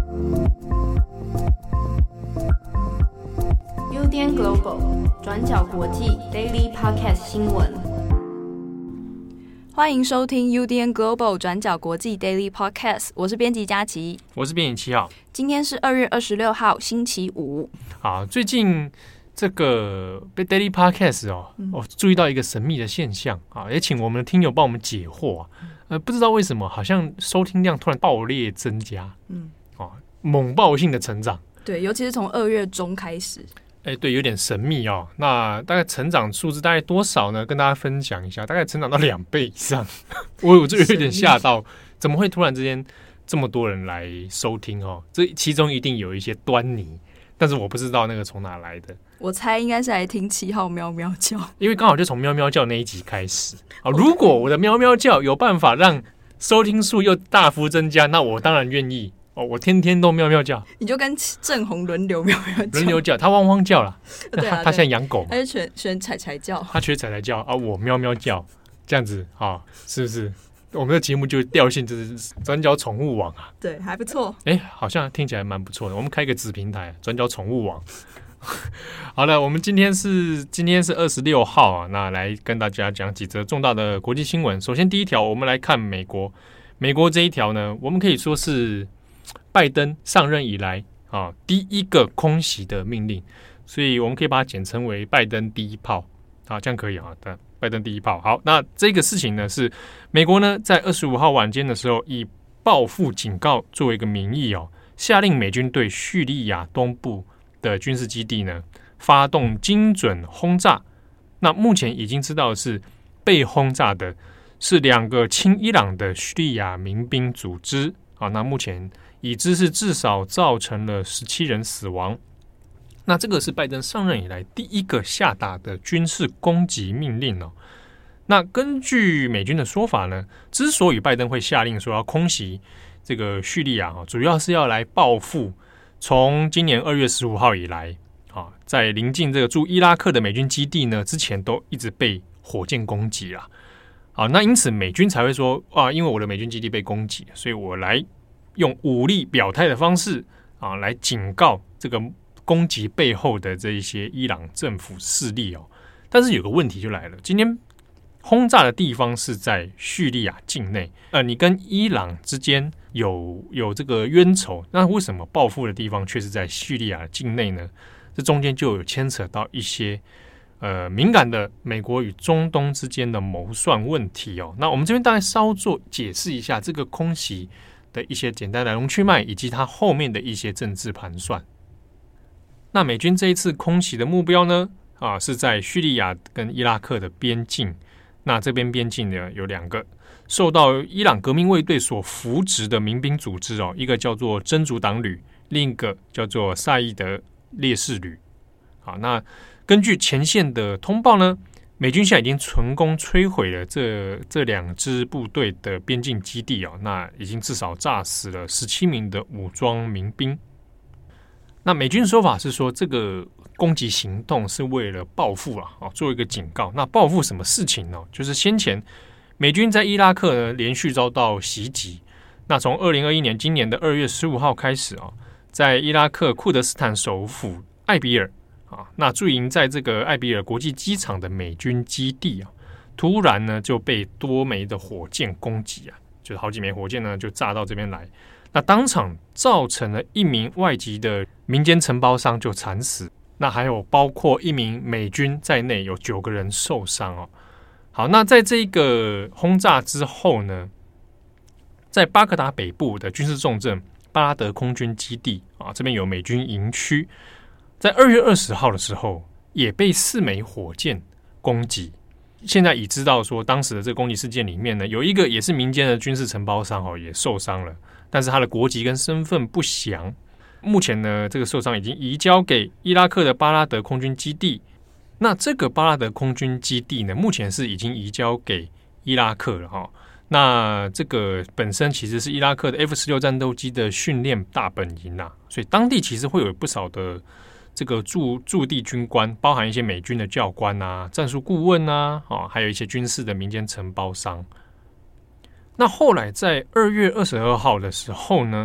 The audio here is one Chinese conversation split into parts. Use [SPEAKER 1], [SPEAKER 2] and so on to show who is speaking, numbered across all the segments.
[SPEAKER 1] UDN Global 转角国际 Daily Podcast 新闻，欢迎收听 UDN Global 转角国际 Daily Podcast， 我是编辑佳琪，
[SPEAKER 2] 我是编辑7号。
[SPEAKER 1] 今天是2月26号，星期五。
[SPEAKER 2] 好，最近这个 Daily Podcast 我注意到一个神秘的现象啊，也请我们的听友帮我们解惑啊。不知道为什么，好像收听量突然爆裂增加，猛爆性的成长。
[SPEAKER 1] 对，尤其是从2月中开始。
[SPEAKER 2] 对，有点神秘哦。那大概成长数字大概多少呢？跟大家分享一下，大概成长到2倍以上。我就有点吓到，怎么会突然之间这么多人来收听哦？这其中一定有一些端倪，但是我不知道那个从哪来的。
[SPEAKER 1] 我猜应该是来听7号喵喵叫，
[SPEAKER 2] 因为刚好就从喵喵叫那一集开始。如果我的喵喵叫有办法让收听数又大幅增加，那我当然愿意。我天天都喵喵叫，
[SPEAKER 1] 你就跟郑红轮流喵喵叫，
[SPEAKER 2] 轮流叫，他汪汪叫啦。
[SPEAKER 1] 对啊，
[SPEAKER 2] 他现在养狗嘛，
[SPEAKER 1] 他是选彩彩叫，
[SPEAKER 2] 他学彩彩叫啊，我喵喵叫，这样子啊，是不是？我们的节目就调性就是转角宠物网啊，
[SPEAKER 1] 对，还不错。
[SPEAKER 2] 好像听起来蛮不错的。我们开一个子平台，转角宠物网。好了，我们今天是26号啊，那来跟大家讲几则重大的国际新闻。首先第一条，我们来看美国这一条呢，我们可以说是拜登上任以来第一个空袭的命令，所以我们可以把它简称为拜登第一炮啊，这样可以啊。拜登第一炮。好，那这个事情呢，是美国呢在25号晚间的时候，以报复警告作为一个名义下令美军对叙利亚东部的军事基地呢发动精准轰炸。那目前已经知道的是，被轰炸的是2个亲伊朗的叙利亚民兵组织啊。那目前已知是至少造成了17人死亡。那这个是拜登上任以来第一个下达的军事攻击命令哦。那根据美军的说法呢，之所以拜登会下令说要空袭这个叙利亚，主要是要来报复从今年2月15号以来在临近这个驻伊拉克的美军基地呢，之前都一直被火箭攻击啦。那因此美军才会说因为我的美军基地被攻击，所以我来用武力表态的方式来警告这个攻击背后的这一些伊朗政府势力但是有个问题就来了，今天轰炸的地方是在叙利亚境内，你跟伊朗之间有这个冤仇，那为什么报复的地方却是在叙利亚境内呢？这中间就有牵扯到一些敏感的美国与中东之间的谋算问题那我们这边大概稍作解释一下这个空袭的一些简单来龙去脉，以及它后面的一些政治盘算。那美军这一次空袭的目标呢是在叙利亚跟伊拉克的边境。那这边边境呢有2个受到伊朗革命卫队所扶植的民兵组织一个叫做真主党旅，另一个叫做萨义德烈士旅。那根据前线的通报呢，美军现在已经成功摧毁了这2支部队的边境基地那已经至少炸死了17名的武装民兵。那美军的说法是说，这个攻击行动是为了报复做一个警告。那报复什么事情呢？就是先前美军在伊拉克呢连续遭到袭击。那从2021年今年的2月15号开始在伊拉克库德斯坦首府艾比尔那驻营在这个艾比尔国际机场的美军基地突然呢就被多枚的火箭攻击就是好几枚火箭呢就炸到这边来。那当场造成了1名外籍的民间承包商就惨死，那还有包括1名美军在内有9个人受伤好，那在这个轰炸之后呢，在巴格达北部的军事重镇巴拉德空军基地这边有美军营区，在2月20号的时候也被4枚火箭攻击。现在已知道说，当时的这个攻击事件里面呢，有一个也是民间的军事承包商也受伤了，但是他的国籍跟身份不详。目前呢，这个受伤已经移交给伊拉克的巴拉德空军基地。那这个巴拉德空军基地呢，目前是已经移交给伊拉克了那这个本身其实是伊拉克的 F-16 战斗机的训练大本营所以当地其实会有不少的这个驻地军官，包含一些美军的教官战术顾问还有一些军事的民间承包商。那后来在2月22号的时候呢，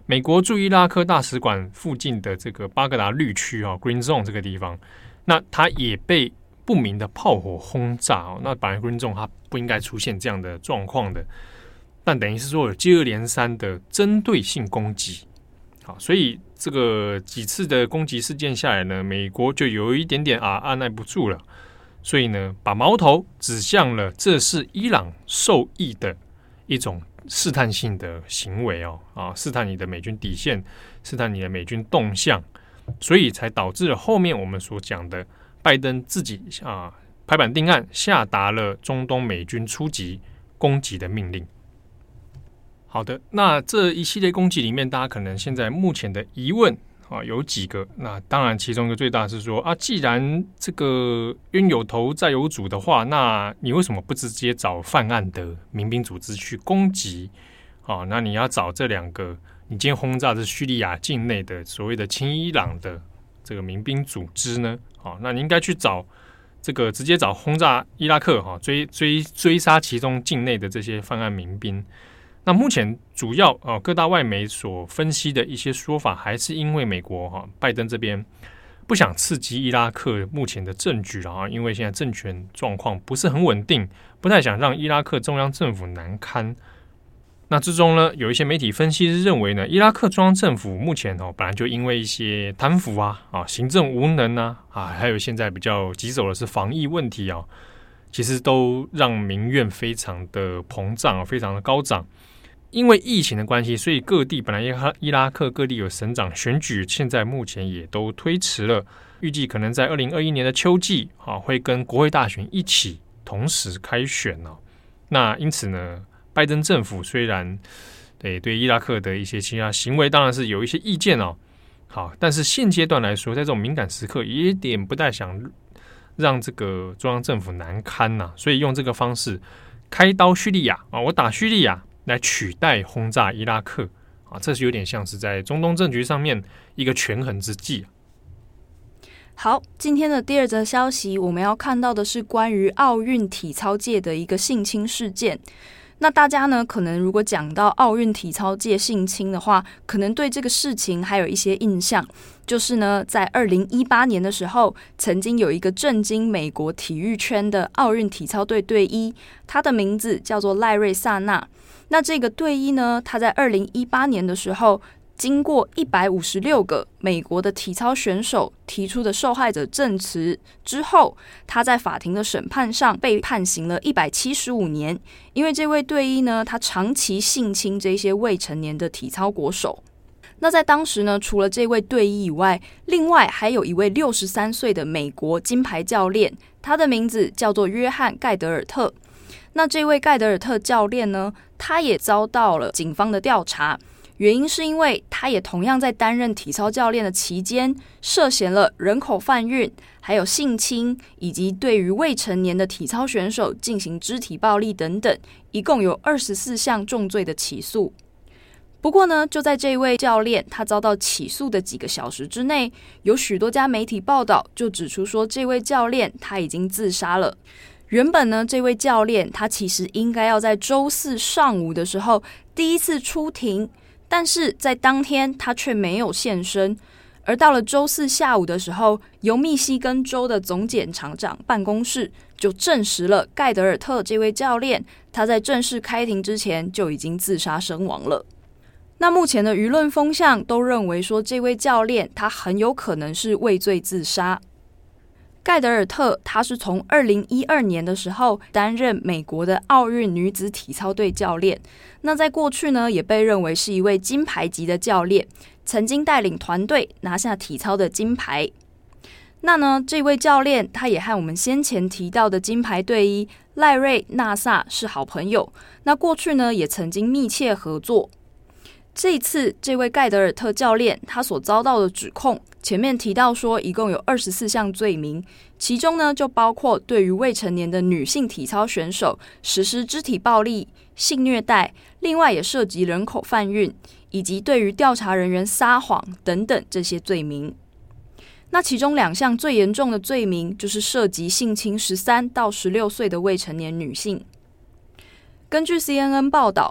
[SPEAKER 2] 美国驻伊拉克大使馆附近的这个巴格达绿区Green Zone 这个地方，那它也被不明的炮火轰炸那本来 Green Zone 它不应该出现这样的状况的，但等于是说有接二连三的针对性攻击。好，所以这个几次的攻击事件下来呢，美国就有一点点按耐不住了，所以呢，把矛头指向了这是伊朗受益的一种试探性的行为试探你的美军底线，试探你的美军动向，所以才导致了后面我们所讲的拜登自己拍板定案，下达了中东美军出击攻击的命令。好的，那这一系列攻击里面，大家可能现在目前的疑问有几个。那当然，其中一个最大的是说既然这个冤有头债有主的话，那你为什么不直接找犯案的民兵组织去攻击？那你要找这两个，你今天轰炸的是叙利亚境内的所谓的亲伊朗的这个民兵组织呢？那你应该去找这个直接找轰炸伊拉克追杀其中境内的这些犯案民兵。那目前主要各大外媒所分析的一些说法，还是因为美国拜登这边不想刺激伊拉克目前的政局因为现在政权状况不是很稳定，不太想让伊拉克中央政府难堪。那之中呢，有一些媒体分析是认为呢，伊拉克中央政府目前本来就因为一些贪腐行政无能还有现在比较棘手的是防疫问题其实都让民怨非常的膨胀非常的高涨。因为疫情的关系，所以各地本来伊拉克各地有省长选举，现在目前也都推迟了，预计可能在2021年的秋季会跟国会大选一起同时开选那因此呢，拜登政府虽然对伊拉克的一些其他行为当然是有一些意见好，但是现阶段来说，在这种敏感时刻，也有点不太想让这个中央政府难堪所以用这个方式开刀叙利亚我打叙利亚来取代轰炸伊拉克这是有点像是在中东政局上面一个权衡之计
[SPEAKER 1] 好，今天的第二则消息，我们要看到的是关于奥运体操界的一个性侵事件。那大家呢，可能如果讲到奥运体操界性侵的话，可能对这个事情还有一些印象，就是呢，在2018年的时候，曾经有一个震惊美国体育圈的奥运体操队队医，他的名字叫做赖瑞萨纳。那这个队医呢，他在2018年的时候，经过156个美国的体操选手提出的受害者证词之后，他在法庭的审判上被判刑了175年，因为这位队医呢，他长期性侵这些未成年的体操国手。那在当时呢，除了这位队医以外，另外还有一位63岁的美国金牌教练，他的名字叫做约翰·盖德尔特。那这位盖德尔特教练呢，他也遭到了警方的调查，原因是因为他也同样在担任体操教练的期间，涉嫌了人口贩运，还有性侵，以及对于未成年的体操选手进行肢体暴力等等，一共有24项重罪的起诉。不过呢，就在这位教练他遭到起诉的几个小时之内，有许多家媒体报道就指出说，这位教练他已经自杀了。原本呢，这位教练他其实应该要在周四上午的时候第一次出庭，但是在当天他却没有现身。而到了周四下午的时候，由密西根州的总检察长办公室就证实了盖德尔特这位教练他在正式开庭之前就已经自杀身亡了。那目前的舆论风向都认为说，这位教练他很有可能是畏罪自杀。盖德尔特他是从2012年的时候担任美国的奥运女子体操队教练，那在过去呢，也被认为是一位金牌级的教练，曾经带领团队拿下体操的金牌。那呢，这位教练他也和我们先前提到的金牌队医赖瑞纳萨是好朋友，那过去呢也曾经密切合作。这一次这位盖德尔特教练他所遭到的指控，前面提到说一共有24项罪名，其中呢就包括对于未成年的女性体操选手实施肢体暴力、性虐待，另外也涉及人口贩运，以及对于调查人员撒谎等等这些罪名。那其中2项最严重的罪名就是涉及性侵13到16岁的未成年女性。根据 CNN 报道，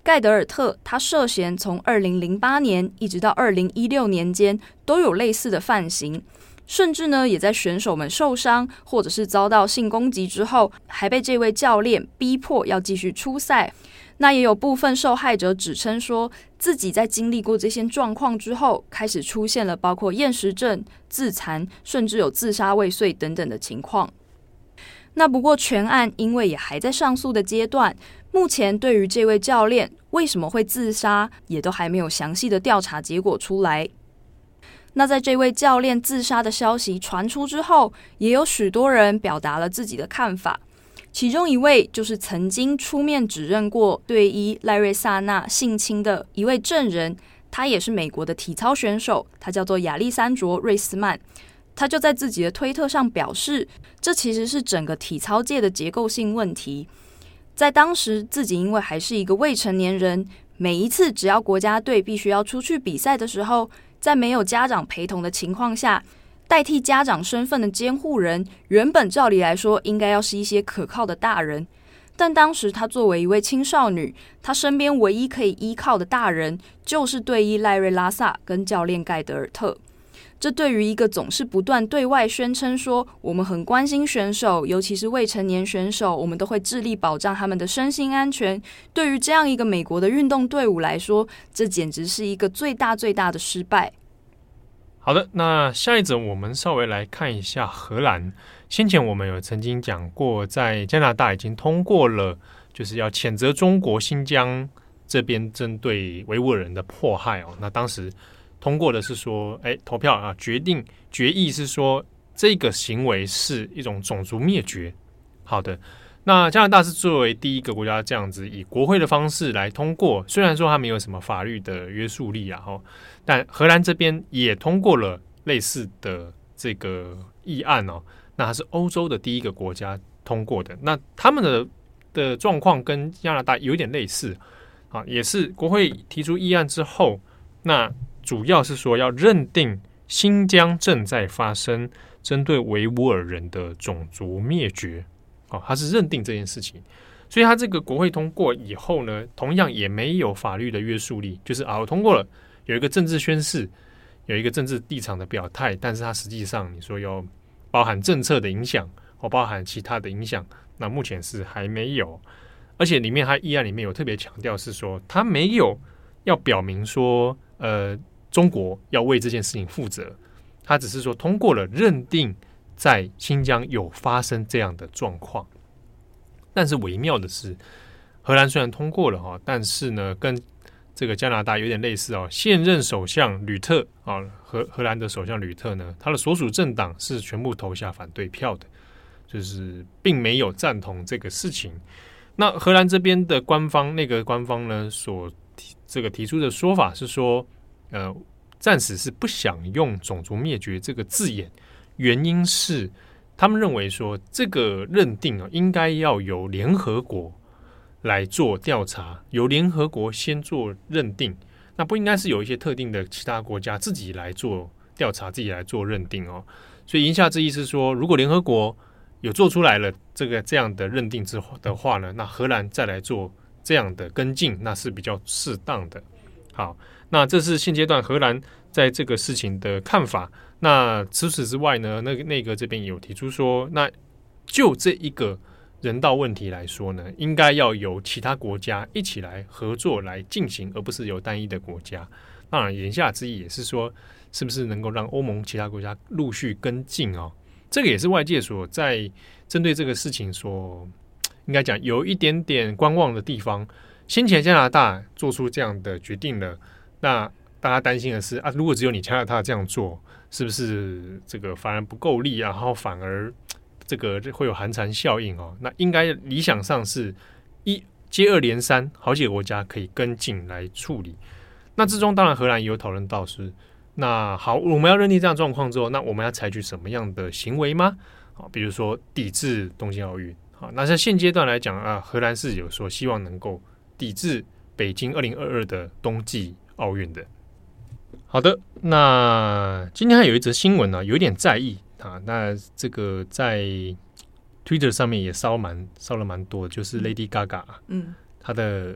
[SPEAKER 1] 盖德尔特他涉嫌从2008年一直到2016年间都有类似的犯行，甚至呢也在选手们受伤或者是遭到性攻击之后，还被这位教练逼迫要继续出赛。那也有部分受害者指称说，自己在经历过这些状况之后，开始出现了包括厌食症、自残，甚至有自杀未遂等等的情况。那不过全案因为也还在上诉的阶段，目前对于这位教练为什么会自杀，也都还没有详细的调查结果出来。那在这位教练自杀的消息传出之后，也有许多人表达了自己的看法。其中一位就是曾经出面指认过队医赖瑞萨纳性侵的一位证人，他也是美国的体操选手，他叫做亚历山卓·瑞斯曼。他就在自己的推特上表示，这其实是整个体操界的结构性问题。在当时自己因为还是一个未成年人，每一次只要国家队必须要出去比赛的时候，在没有家长陪同的情况下，代替家长身份的监护人原本照理来说应该要是一些可靠的大人，但当时他作为一位青少女，他身边唯一可以依靠的大人就是队医赖瑞拉萨跟教练盖德尔特。这对于一个总是不断对外宣称说我们很关心选手，尤其是未成年选手，我们都会致力保障他们的身心安全，对于这样一个美国的运动队伍来说，这简直是一个最大最大的失败。
[SPEAKER 2] 好的，那下一则我们稍微来看一下荷兰。先前我们有曾经讲过，在加拿大已经通过了，就是要谴责中国新疆这边针对维吾尔人的迫害哦。那当时通过的是说，投票啊，决议是说这个行为是一种种族灭绝。好的，那加拿大是作为第一个国家这样子以国会的方式来通过，虽然说它没有什么法律的约束力啊，但荷兰这边也通过了类似的这个议案哦。那它是欧洲的第一个国家通过的，那他们的状况跟加拿大有点类似啊，也是国会提出议案之后，那主要是说要认定新疆正在发生针对维吾尔人的种族灭绝，它是认定这件事情。所以它这个国会通过以后呢，同样也没有法律的约束力，就是我通过了，有一个政治宣示，有一个政治立场的表态，但是它实际上你说要包含政策的影响或包含其他的影响，那目前是还没有。而且里面它议案里面有特别强调是说，它没有要表明说中国要为这件事情负责，它只是说通过了认定在新疆有发生这样的状况。但是微妙的是，荷兰虽然通过了但是呢跟这个加拿大有点类似现任首相吕特荷兰的首相吕特呢，他的所属政党是全部投下反对票的，就是并没有赞同这个事情。那荷兰这边的内阁官方呢所提出的说法是说，暂时是不想用种族灭绝这个字眼，原因是他们认为说这个认定应该要由联合国来做调查，由联合国先做认定，那不应该是有一些特定的其他国家自己来做调查，自己来做认定哦。所以言下之意是说，如果联合国有做出来了这样的认定的话呢，那荷兰再来做这样的跟进，那是比较适当的。好，那这是现阶段荷兰在这个事情的看法。那除此之外呢，内阁这边有提出说，那就这一个人道问题来说呢，应该要由其他国家一起来合作来进行，而不是由单一的国家。当然言下之意也是说，是不是能够让欧盟其他国家陆续跟进这个也是外界所在针对这个事情所应该讲有一点点观望的地方。先前加拿大做出这样的决定了，那大家担心的是如果只有你加拿大这样做，是不是这个反而不够力然后反而这个会有寒蝉效应那应该理想上是接二连三，好几个国家可以跟进来处理。那之中当然荷兰也有讨论到是，那好，我们要认定这样的状况之后，那我们要采取什么样的行为吗？比如说抵制东京奥运。那在现阶段来讲荷兰是有说希望能够抵制北京2022的冬季奥运的。好的，那今天还有一则新闻有点在意那这个在 Twitter 上面也烧了蛮多的，就是 Lady Gaga，她的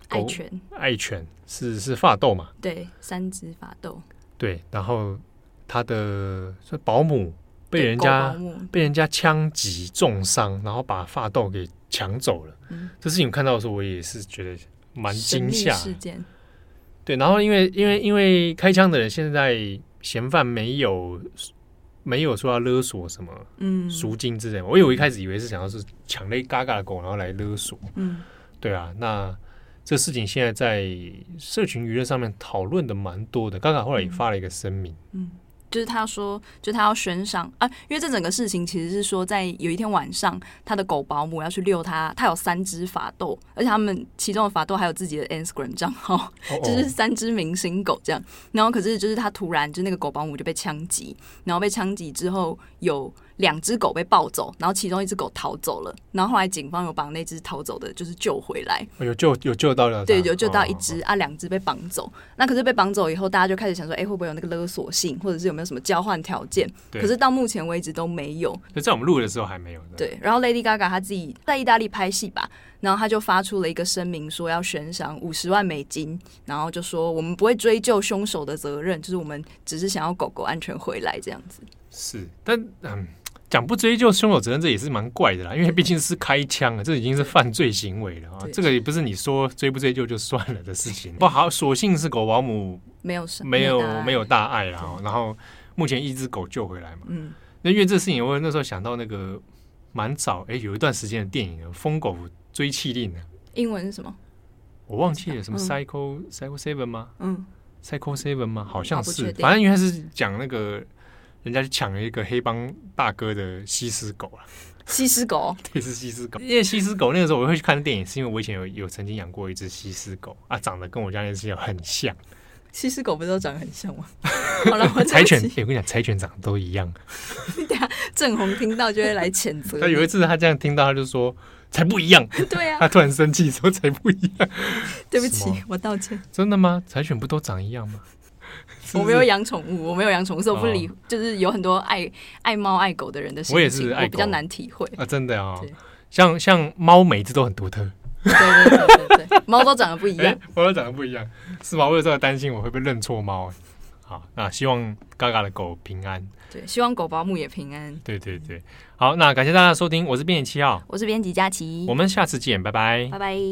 [SPEAKER 1] 爱
[SPEAKER 2] 犬是法斗嘛？
[SPEAKER 1] 对，3只法斗。
[SPEAKER 2] 对，然后他的保姆被人家枪击重伤，然后把法斗给抢走了。这事情看到的时候，我也是觉得蛮惊吓
[SPEAKER 1] 事件。
[SPEAKER 2] 对，然后因为开枪的人现在嫌犯没有说要勒索什么赎金之类的，我一开始以为是想要是抢了嘎嘎的狗然后来勒索。对啊，那这事情现在在社群舆论上面讨论的蛮多的，嘎嘎后来也发了一个声明。
[SPEAKER 1] 就是他说，就他要悬赏啊，因为这整个事情其实是说，在有一天晚上，他的狗保姆要去遛他，他有3只法斗，而且他们其中的法斗还有自己的 Instagram 账号，就是3只明星狗这样。然后可是就是他突然就那个狗保姆就被枪击，然后被枪击之后有2只狗被抱走，然后其中1只狗逃走了，然后后来警方有把那只逃走的就是救回来，
[SPEAKER 2] 有救到了，
[SPEAKER 1] 对，有救到1只2只被绑走。那可是被绑走以后，大家就开始想说，会不会有那个勒索性，或者是有没有什么交换条件？可是到目前为止都没有。
[SPEAKER 2] 在我们录的时候还没有。
[SPEAKER 1] 对，然后 Lady Gaga 她自己在意大利拍戏吧，然后她就发出了一个声明，说要悬赏$50万，然后就说我们不会追究凶手的责任，就是我们只是想要狗狗安全回来这样子。
[SPEAKER 2] 是，但讲不追究凶手责任，这也是蛮怪的啦，因为毕竟是开枪了，这已经是犯罪行为了啊，这个也不是你说追不追究就算了的事情。不好，所幸是狗保姆没有大碍啦，然后目前1只狗救回来嘛。那因为这事情，我那时候想到那个蛮早有一段时间的电影《疯狗追缉令》呢，
[SPEAKER 1] 英文是什么？
[SPEAKER 2] 我忘记了，什么 Psycho 7吗？Psycho 7吗？好像是，反正因为他是讲那个。人家去抢了一个黑帮大哥的西施狗了。
[SPEAKER 1] 西施狗？
[SPEAKER 2] 对，是西施狗。因为西施狗那个时候我会去看电影，是因为我以前有曾经养过一只西施狗啊，长得跟我家那只很像。
[SPEAKER 1] 西施狗不是都长得很像吗？好了，
[SPEAKER 2] 柴犬，我跟你讲，柴犬长得都一样。
[SPEAKER 1] 等下郑红听到就会来谴责。
[SPEAKER 2] 他有一次他这样听到，他就说才不一样。
[SPEAKER 1] 对啊，
[SPEAKER 2] 他突然生气说才不一样。
[SPEAKER 1] 对不起，我道歉。
[SPEAKER 2] 真的吗？柴犬不都长一样吗？
[SPEAKER 1] 我没有养宠物，所以我不理，就是有很多爱猫爱狗的人的心情，
[SPEAKER 2] 我也是爱狗，
[SPEAKER 1] 我比较难体会
[SPEAKER 2] 啊，真的啊，像猫每一只都很独特，
[SPEAKER 1] 对，猫都长得不一样，
[SPEAKER 2] 猫都长得不一样，是吗？我有时候担心我会被认错猫。好，那希望嘎嘎的狗平安，
[SPEAKER 1] 对，希望狗保姆也平安，
[SPEAKER 2] 对，好，那感谢大家的收听，我是编辑7号，
[SPEAKER 1] 我是编辑佳琪，
[SPEAKER 2] 我们下次见，拜拜，
[SPEAKER 1] 拜拜。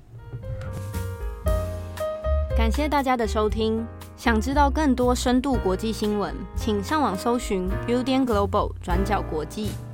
[SPEAKER 3] 感谢大家的收听。想知道更多深度国际新闻，请上网搜寻 Building Global 转角国际。